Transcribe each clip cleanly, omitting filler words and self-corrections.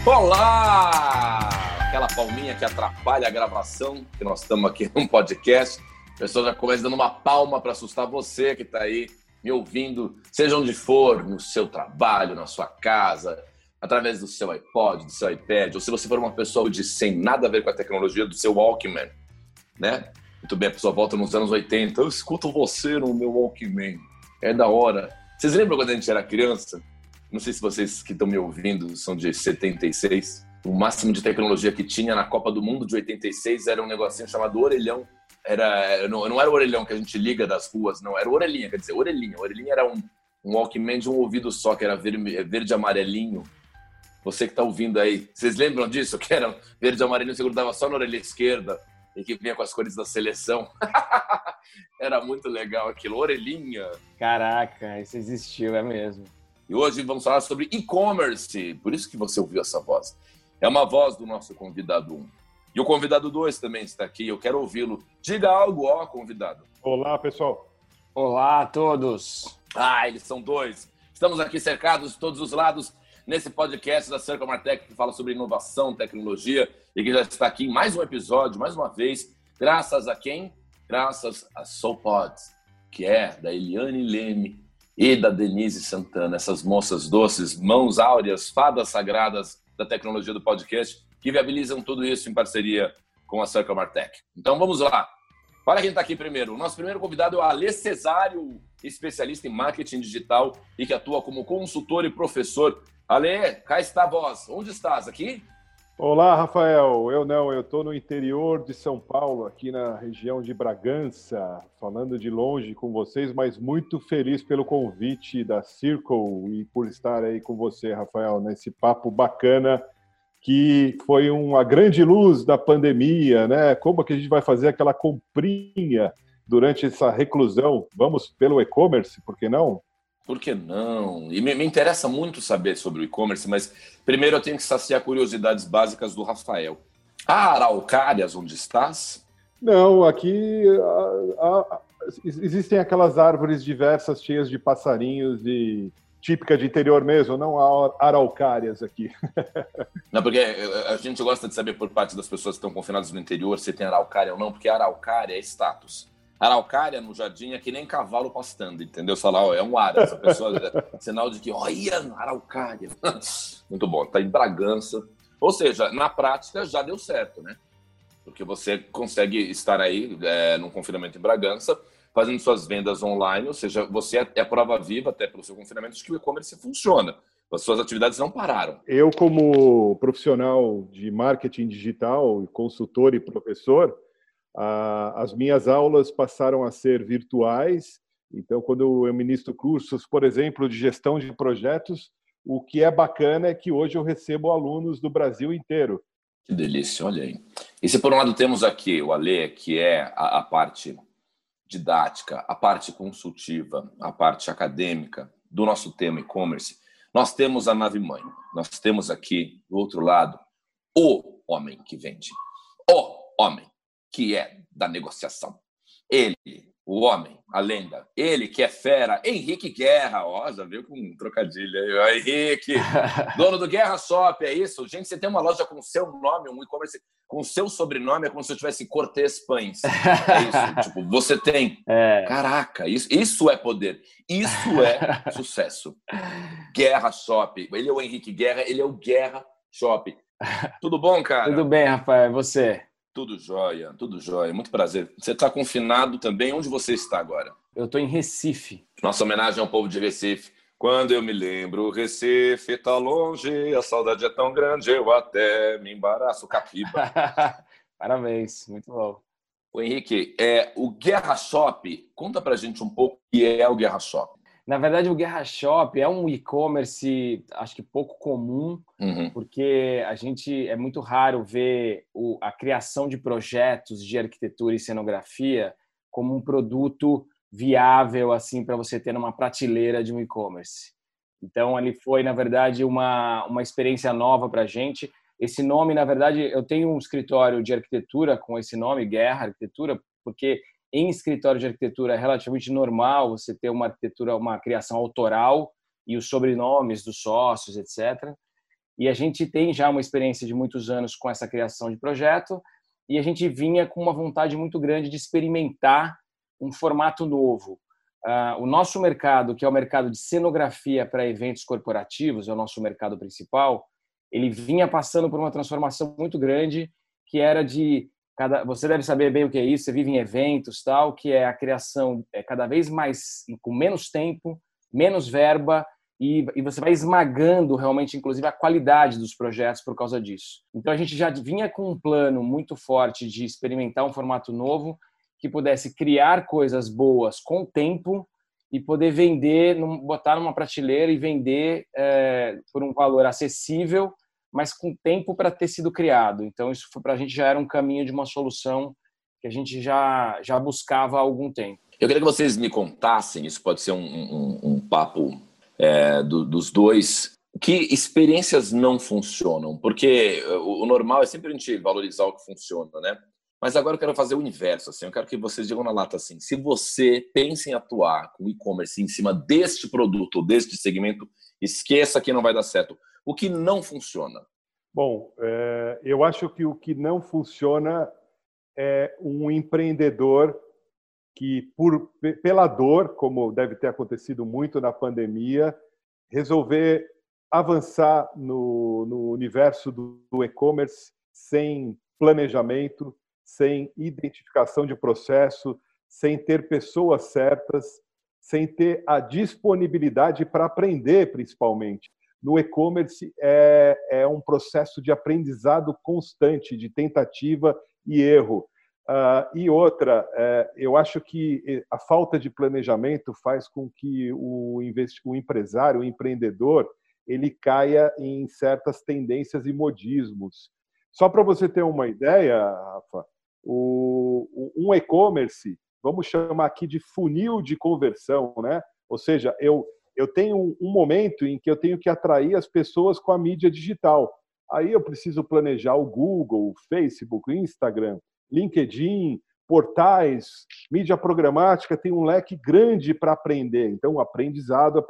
Olá! Aquela palminha que atrapalha a gravação, que nós estamos aqui num podcast. A pessoa já começa dando uma palma para assustar você que está aí me ouvindo, seja onde for, no seu trabalho, na sua casa, através do seu iPod, do seu iPad, ou se você for uma pessoa sem nada a ver com a tecnologia, do seu Walkman, né? Muito bem, a pessoa volta nos anos 80, eu escuto você no meu Walkman, é da hora. Vocês lembram quando a gente era criança? Não sei se vocês que estão me ouvindo são de 76. O máximo de tecnologia que tinha na Copa do Mundo de 86 era um negocinho chamado orelhão. Não era o orelhão que a gente liga das ruas, não. Era orelhinha, quer dizer, orelhinha. Orelhinha era um Walkman de um ouvido só, que era verde e amarelinho. Você que está ouvindo aí, vocês lembram disso? Que era verde e amarelinho, você grudava só na orelha esquerda e que vinha com as cores da seleção. Era muito legal aquilo, orelhinha. Caraca, isso existiu, é mesmo. E hoje vamos falar sobre e-commerce, por isso que você ouviu essa voz. É uma voz do nosso convidado 1. E o convidado 2 também está aqui, eu quero ouvi-lo. Diga algo, ó, convidado. Olá, pessoal. Olá a todos. Eles são 2. Estamos aqui cercados de todos os lados nesse podcast da Circle Martech, que fala sobre inovação, tecnologia, e que já está aqui em mais um episódio, mais uma vez, graças a quem? Graças a SoulPods, que é da Eliane Leme e da Denise Santana, essas moças doces, mãos áureas, fadas sagradas da tecnologia do podcast, que viabilizam tudo isso em parceria com a Circle Martech. Então vamos lá. Olha quem está aqui primeiro. O nosso primeiro convidado é o Alê Cesário, especialista em marketing digital e que atua como consultor e professor. Alê, cá está a voz. Onde estás? Aqui? Olá, Rafael. Eu estou no interior de São Paulo, aqui na região de Bragança, falando de longe com vocês, mas muito feliz pelo convite da Circle e por estar aí com você, Rafael, nesse papo bacana que foi uma grande luz da pandemia, né? Como que a gente vai fazer aquela comprinha durante essa reclusão? Vamos pelo e-commerce, por que não? Por que não? E me interessa muito saber sobre o e-commerce, mas primeiro eu tenho que saciar curiosidades básicas do Rafael. Araucárias, onde estás? Não, aqui existem aquelas árvores diversas, cheias de passarinhos e típica de interior mesmo, não há araucárias aqui. Não, porque a gente gosta de saber por parte das pessoas que estão confinadas no interior se tem araucária ou não, porque araucária é status. Araucária no jardim é que nem cavalo pastando, entendeu? Você fala, é um ara, essa pessoa é sinal de que, olha, araucária. Muito bom, tá em Bragança. Ou seja, na prática já deu certo, né? Porque você consegue estar aí num confinamento em Bragança, fazendo suas vendas online, ou seja, você é prova viva, até pelo seu confinamento, de que o e-commerce funciona. As suas atividades não pararam. Eu, como profissional de marketing digital, consultor e professor, as minhas aulas passaram a ser virtuais. Então, quando eu ministro cursos, por exemplo, de gestão de projetos, o que é bacana é que hoje eu recebo alunos do Brasil inteiro. Que delícia, olha aí. E se por um lado temos aqui o Alê, que é a parte didática, a parte consultiva, a parte acadêmica do nosso tema e-commerce, nós temos a nave-mãe. Nós temos aqui, do outro lado, o homem que vende. O homem que é da negociação. Ele, o homem, a lenda. Ele que é fera, Henrique Guerra. Ó, já viu com um trocadilho aí. Ó, Henrique, dono do Guerra Shop, é isso? Gente, você tem uma loja com o seu nome, um e-commerce com o seu sobrenome, é como se eu tivesse Cortez Pães. É isso, tipo, você tem. Caraca, isso é poder. Isso é sucesso. Guerra Shop. Ele é o Henrique Guerra, ele é o Guerra Shop. Tudo bom, cara? Tudo bem, Rafael. E você? Tudo jóia, tudo jóia. Muito prazer. Você está confinado também. Onde você está agora? Eu estou em Recife. Nossa homenagem ao povo de Recife. Quando eu me lembro, Recife está longe, a saudade é tão grande, eu até me embaraço, Capiba. Parabéns, muito bom. O Henrique, o Guerra Shop, conta pra gente um pouco o que é o Guerra Shop. Na verdade, o Guerra Shop é um e-commerce, acho que pouco comum, porque é muito raro ver a criação de projetos de arquitetura e cenografia como um produto viável assim para você ter numa prateleira de um e-commerce. Então, ele foi, na verdade, uma experiência nova para a gente. Esse nome, na verdade, eu tenho um escritório de arquitetura com esse nome, Guerra Arquitetura, porque em escritório de arquitetura é relativamente normal você ter uma arquitetura, uma criação autoral e os sobrenomes dos sócios, etc. E a gente tem já uma experiência de muitos anos com essa criação de projeto e a gente vinha com uma vontade muito grande de experimentar um formato novo. O nosso mercado, que é o mercado de cenografia para eventos corporativos, é o nosso mercado principal, ele vinha passando por uma transformação muito grande, que era você deve saber bem o que é isso, você vive em eventos, tal, que é a criação cada vez mais, com menos tempo, menos verba, e você vai esmagando realmente, inclusive, a qualidade dos projetos por causa disso. Então, a gente já vinha com um plano muito forte de experimentar um formato novo que pudesse criar coisas boas com tempo e poder vender, botar numa prateleira e vender por um valor acessível, mas com tempo para ter sido criado. Então, isso para a gente já era um caminho de uma solução que a gente já buscava há algum tempo. Eu queria que vocês me contassem, isso pode ser um papo dos dois, que experiências não funcionam, porque o normal é sempre a gente valorizar o que funciona, né? Mas agora eu quero fazer o inverso, assim, eu quero que vocês digam na lata assim, se você pensa em atuar com e-commerce em cima deste produto, deste segmento, esqueça que não vai dar certo. O que não funciona? Bom, eu acho que o que não funciona é um empreendedor que, pela dor, como deve ter acontecido muito na pandemia, resolver avançar no universo do e-commerce sem planejamento, sem identificação de processo, sem ter pessoas certas, sem ter a disponibilidade para aprender, principalmente. No e-commerce é um processo de aprendizado constante, de tentativa e erro. E outra, eu acho que a falta de planejamento faz com que o empresário, o empreendedor, ele caia em certas tendências e modismos. Só para você ter uma ideia, Rafa, um e-commerce, vamos chamar aqui de funil de conversão, né? Ou seja, eu tenho um momento em que eu tenho que atrair as pessoas com a mídia digital. Aí eu preciso planejar o Google, o Facebook, o Instagram, LinkedIn, portais, mídia programática, tem um leque grande para aprender. Então, aprendizado.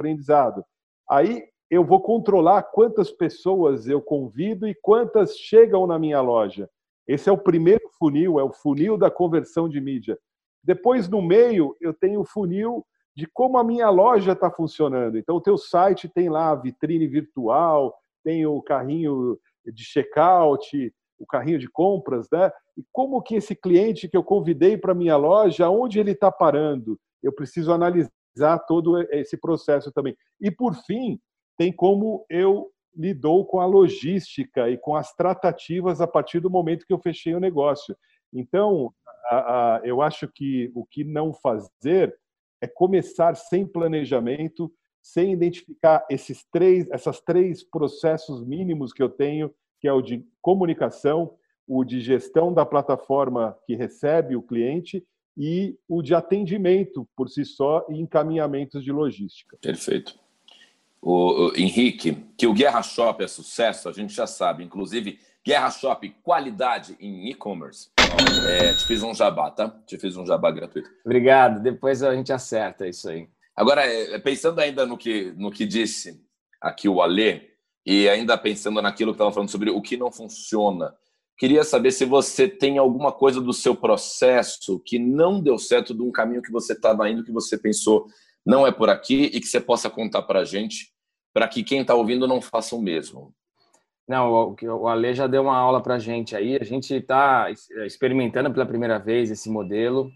Aí eu vou controlar quantas pessoas eu convido e quantas chegam na minha loja. Esse é o primeiro funil, é o funil da conversão de mídia. Depois, no meio, eu tenho o funil de como a minha loja está funcionando. Então, o teu site tem lá a vitrine virtual, tem o carrinho de checkout, o carrinho de compras, né? E como que esse cliente que eu convidei para a minha loja, onde ele está parando? Eu preciso analisar todo esse processo também. E, por fim, tem como eu lidou com a logística e com as tratativas a partir do momento que eu fechei o negócio. Então, eu acho que o que não fazer é começar sem planejamento, sem identificar essas três processos mínimos que eu tenho, que é o de comunicação, o de gestão da plataforma que recebe o cliente e o de atendimento por si só e encaminhamentos de logística. Perfeito. O Henrique, que o Guerra Shop é sucesso, a gente já sabe. Inclusive, Guerra Shop, qualidade em e-commerce. Te fiz um jabá, tá? Te fiz um jabá gratuito. Obrigado. Depois a gente acerta isso aí. Agora, pensando ainda no que disse aqui o Alê, e ainda pensando naquilo que estava falando sobre o que não funciona, queria saber se você tem alguma coisa do seu processo que não deu certo, de um caminho que você estava indo, que você pensou não é por aqui, e que você possa contar para a gente, para que quem está ouvindo não faça o mesmo. Não, o Ale já deu uma aula para a gente aí. A gente está experimentando pela primeira vez esse modelo.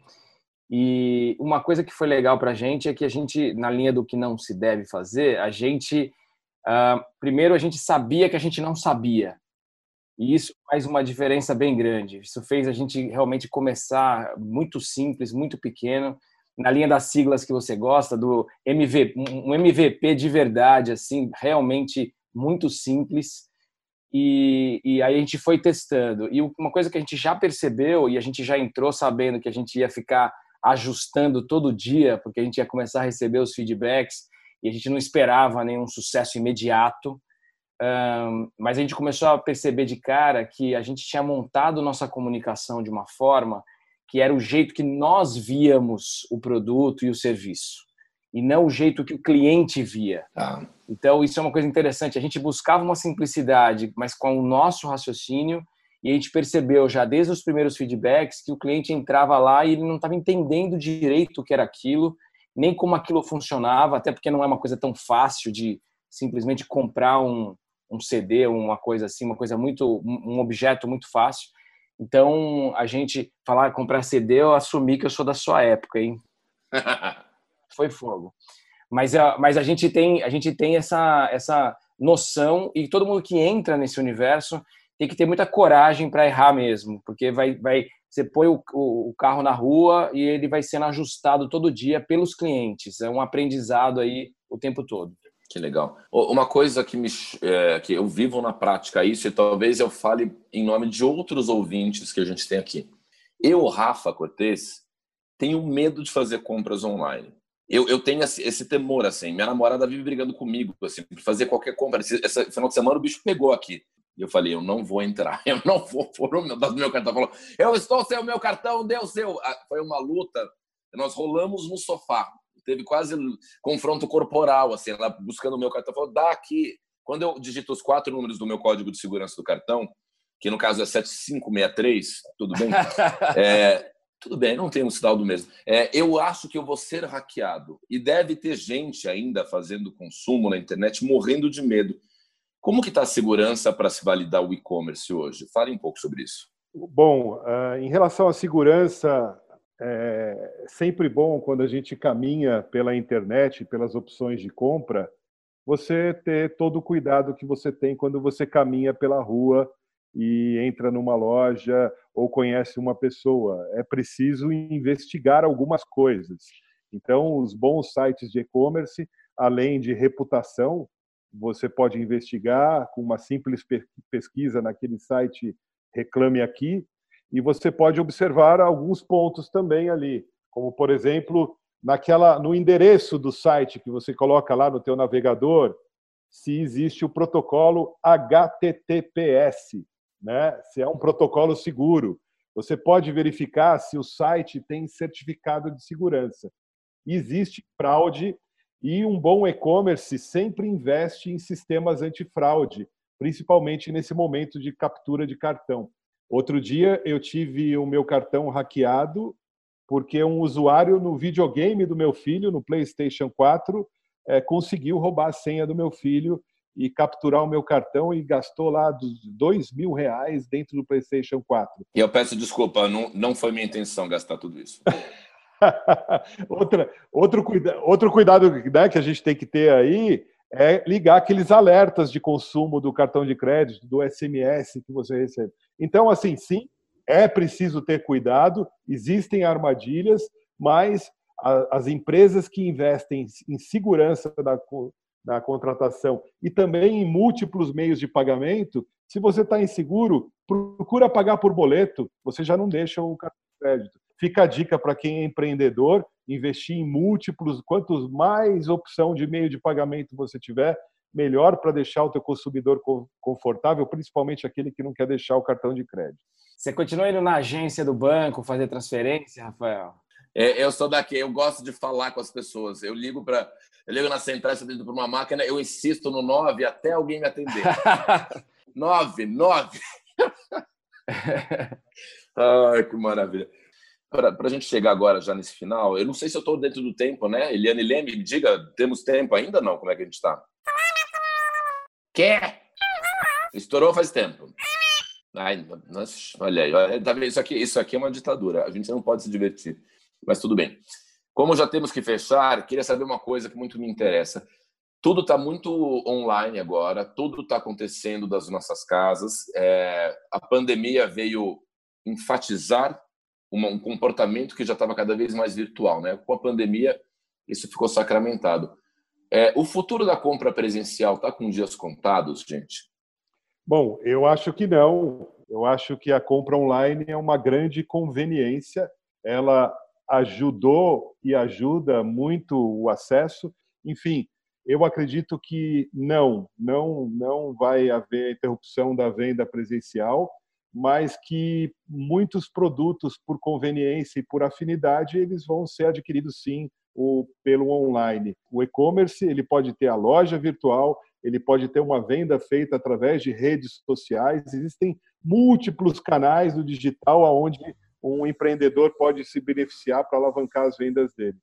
E uma coisa que foi legal para a gente é que a gente, na linha do que não se deve fazer, primeiro a gente sabia que a gente não sabia. E isso faz uma diferença bem grande. Isso fez a gente realmente começar muito simples, muito pequeno, na linha das siglas que você gosta, do MVP, um MVP de verdade, assim, realmente muito simples. E aí a gente foi testando. E uma coisa que a gente já percebeu, e a gente já entrou sabendo que a gente ia ficar ajustando todo dia, porque a gente ia começar a receber os feedbacks, e a gente não esperava nenhum sucesso imediato. Mas a gente começou a perceber de cara que a gente tinha montado nossa comunicação de uma forma que era o jeito que nós víamos o produto e o serviço. e não o jeito que o cliente via. Ah. Então, isso é uma coisa interessante. A gente buscava uma simplicidade, mas com o nosso raciocínio, e a gente percebeu já desde os primeiros feedbacks que o cliente entrava lá e ele não estava entendendo direito o que era aquilo, nem como aquilo funcionava, até porque não é uma coisa tão fácil de simplesmente comprar um CD, uma coisa assim, um objeto muito fácil. Então, a gente falar comprar CD, eu assumi que eu sou da sua época, hein? Foi fogo. Mas a gente tem essa noção, e todo mundo que entra nesse universo tem que ter muita coragem para errar mesmo, porque você põe o carro na rua e ele vai sendo ajustado todo dia pelos clientes. É um aprendizado aí o tempo todo. Que legal. Uma coisa que eu vivo na prática isso, e talvez eu fale em nome de outros ouvintes que a gente tem aqui. Eu, Rafa Cortez, tenho medo de fazer compras online. Eu tenho esse temor, assim. Minha namorada vive brigando comigo, assim, por fazer qualquer compra. Esse final de semana o bicho pegou aqui. E eu falei, eu não vou entrar, eu não vou pôr o meu cartão. Falou, eu estou sem o meu cartão, dê o seu. Foi uma luta, nós rolamos no sofá. Teve quase confronto corporal, assim, ela buscando o meu cartão. Falou, dá aqui. Quando eu digito os 4 números do meu código de segurança do cartão, que no caso é 7563, tudo bem? Tudo bem, não tem um sinal do mesmo. Eu acho que eu vou ser hackeado. E deve ter gente ainda fazendo consumo na internet morrendo de medo. Como que está a segurança para se validar o e-commerce hoje? Fale um pouco sobre isso. Bom, em relação à segurança, é sempre bom quando a gente caminha pela internet, pelas opções de compra, você ter todo o cuidado que você tem quando você caminha pela rua e entra numa loja ou conhece uma pessoa. É preciso investigar algumas coisas. Então, os bons sites de e-commerce, além de reputação, você pode investigar com uma simples pesquisa naquele site Reclame Aqui, e você pode observar alguns pontos também ali, como, por exemplo, no endereço do site que você coloca lá no teu navegador, se existe o protocolo HTTPS, né? Se é um protocolo seguro. Você pode verificar se o site tem certificado de segurança. Existe fraude e um bom e-commerce sempre investe em sistemas antifraude, principalmente nesse momento de captura de cartão. Outro dia eu tive o meu cartão hackeado porque um usuário no videogame do meu filho, no PlayStation 4, conseguiu roubar a senha do meu filho e capturar o meu cartão e gastou lá R$2.000 dentro do PlayStation 4. E eu peço desculpa, não foi minha intenção gastar tudo isso. Outro cuidado, né, que a gente tem que ter aí é ligar aqueles alertas de consumo do cartão de crédito, do SMS que você recebe. Então, assim, sim, é preciso ter cuidado, existem armadilhas, mas as empresas que investem em segurança da contratação e também em múltiplos meios de pagamento, se você está inseguro, procura pagar por boleto, você já não deixa o cartão de crédito. Fica a dica para quem é empreendedor, investir em múltiplos, quantos mais opção de meio de pagamento você tiver, melhor para deixar o teu consumidor confortável, principalmente aquele que não quer deixar o cartão de crédito. Você continua indo na agência do banco fazer transferência, Rafael? Eu sou daqui, eu gosto de falar com as pessoas. Eu ligo na central, se eu para uma máquina, eu insisto no 9 até alguém me atender. 9. Ai, que maravilha. Para a gente chegar agora já nesse final, eu não sei se eu estou dentro do tempo, né? Eliane Leme, me diga, temos tempo ainda não? Como é que a gente está? Quer? Estourou faz tempo. Ai, nossa, olha aí, isso aqui é uma ditadura. A gente não pode se divertir, mas tudo bem. Como já temos que fechar, queria saber uma coisa que muito me interessa. Tudo está muito online agora, tudo está acontecendo das nossas casas. A pandemia veio enfatizar um comportamento que já estava cada vez mais virtual, né? Com a pandemia, isso ficou sacramentado. O futuro da compra presencial está com dias contados, gente? Bom, eu acho que não. Eu acho que a compra online é uma grande conveniência. Ela ajudou e ajuda muito o acesso. Enfim, eu acredito que não vai haver interrupção da venda presencial, mas que muitos produtos, por conveniência e por afinidade, eles vão ser adquiridos sim pelo online. O e-commerce ele pode ter a loja virtual, ele pode ter uma venda feita através de redes sociais. Existem múltiplos canais do digital onde um empreendedor pode se beneficiar para alavancar as vendas dele.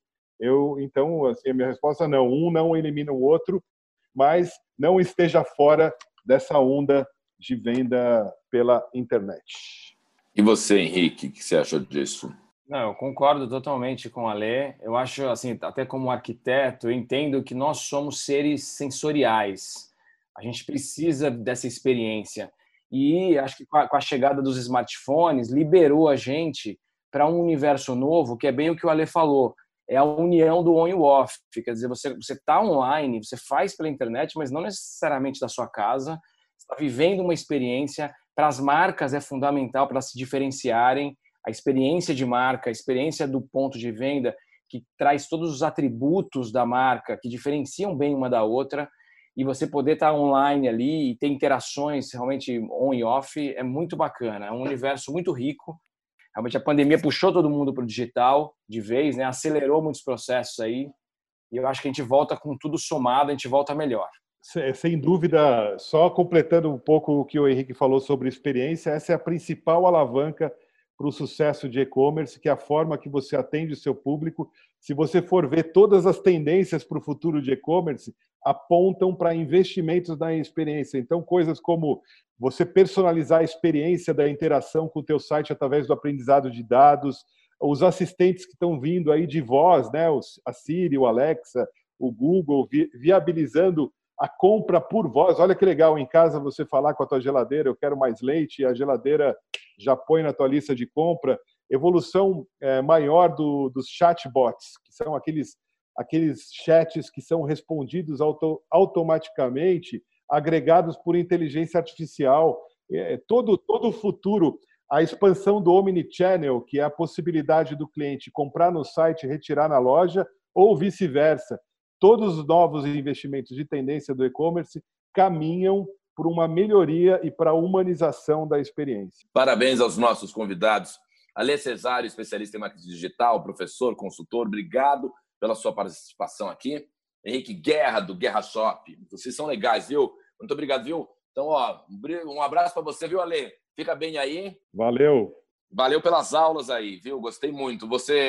Então, assim, a minha resposta é não. Um não elimina o outro, mas não esteja fora dessa onda de venda pela internet. E você, Henrique, o que você acha disso? Não, eu concordo totalmente com a Lê. Eu acho, assim, até como arquiteto, eu entendo que nós somos seres sensoriais. A gente precisa dessa experiência. E acho que com a chegada dos smartphones, liberou a gente para um universo novo, que é bem o que o Alê falou. É a união do on e o off. Quer dizer, você está online, você faz pela internet, mas não necessariamente da sua casa. Você está vivendo uma experiência. Para as marcas é fundamental para se diferenciarem. A experiência de marca, a experiência do ponto de venda, que traz todos os atributos da marca, que diferenciam bem uma da outra. E você poder estar online ali e ter interações realmente on e off é muito bacana. É um universo muito rico. Realmente a pandemia puxou todo mundo para o digital de vez, né? Acelerou muitos processos aí. E eu acho que a gente volta com tudo somado, a gente volta melhor. Sem dúvida, só completando um pouco o que o Henrique falou sobre experiência, essa é a principal alavanca para o sucesso de e-commerce, que é a forma que você atende o seu público. Se você for ver, todas as tendências para o futuro de e-commerce apontam para investimentos na experiência. Então, coisas como você personalizar a experiência da interação com o teu site através do aprendizado de dados, os assistentes que estão vindo aí de voz, né? A Siri, o Alexa, o Google, viabilizando a compra por voz. Olha que legal, em casa você falar com a tua geladeira, eu quero mais leite, e a geladeira já põe na tua lista de compra. Evolução maior dos chatbots, que são aqueles chats que são respondidos automaticamente, agregados por inteligência artificial. Todo o futuro, a expansão do omnichannel, que é a possibilidade do cliente comprar no site e retirar na loja, ou vice-versa. Todos os novos investimentos de tendência do e-commerce caminham por uma melhoria e para a humanização da experiência. Parabéns aos nossos convidados. Alê Cesário, especialista em marketing digital, professor, consultor, obrigado pela sua participação aqui. Henrique Guerra, do Guerra Shop. Vocês são legais, viu? Muito obrigado, viu? Então, um abraço para você, viu, Alê? Fica bem aí. Valeu. Valeu pelas aulas aí, viu? Gostei muito.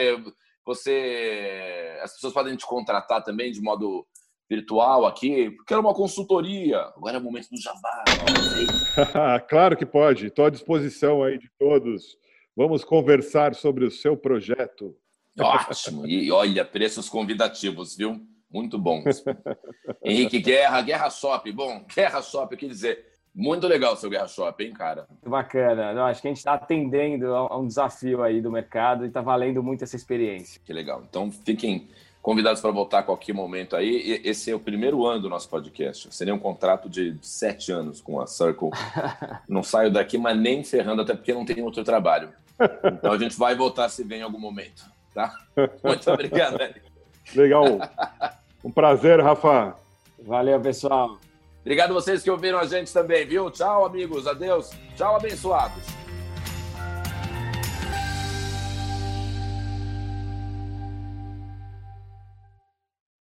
As pessoas podem te contratar também de modo virtual aqui. Quero uma consultoria. Agora é o momento do jabá. Claro que pode. Estou à disposição aí de todos. Vamos conversar sobre o seu projeto. Ótimo. E olha, preços convidativos, viu? Muito bons. Henrique Guerra, Guerra Shop. Bom, Guerra Shop, quer dizer, muito legal o seu Guerra Shop, hein, cara? Muito bacana. Eu acho que a gente está atendendo a um desafio aí do mercado e está valendo muito essa experiência. Que legal. Então, fiquem convidados para voltar a qualquer momento aí. Esse é o primeiro ano do nosso podcast. Seria um contrato de 7 anos com a Circle. Não saio daqui, mas nem ferrando, até porque não tem outro trabalho. Então, a gente vai voltar a se ver em algum momento, tá? Muito obrigado, Eric. Legal. Um prazer, Rafa. Valeu, pessoal. Obrigado a vocês que ouviram a gente também, viu? Tchau, amigos. Adeus. Tchau, abençoados.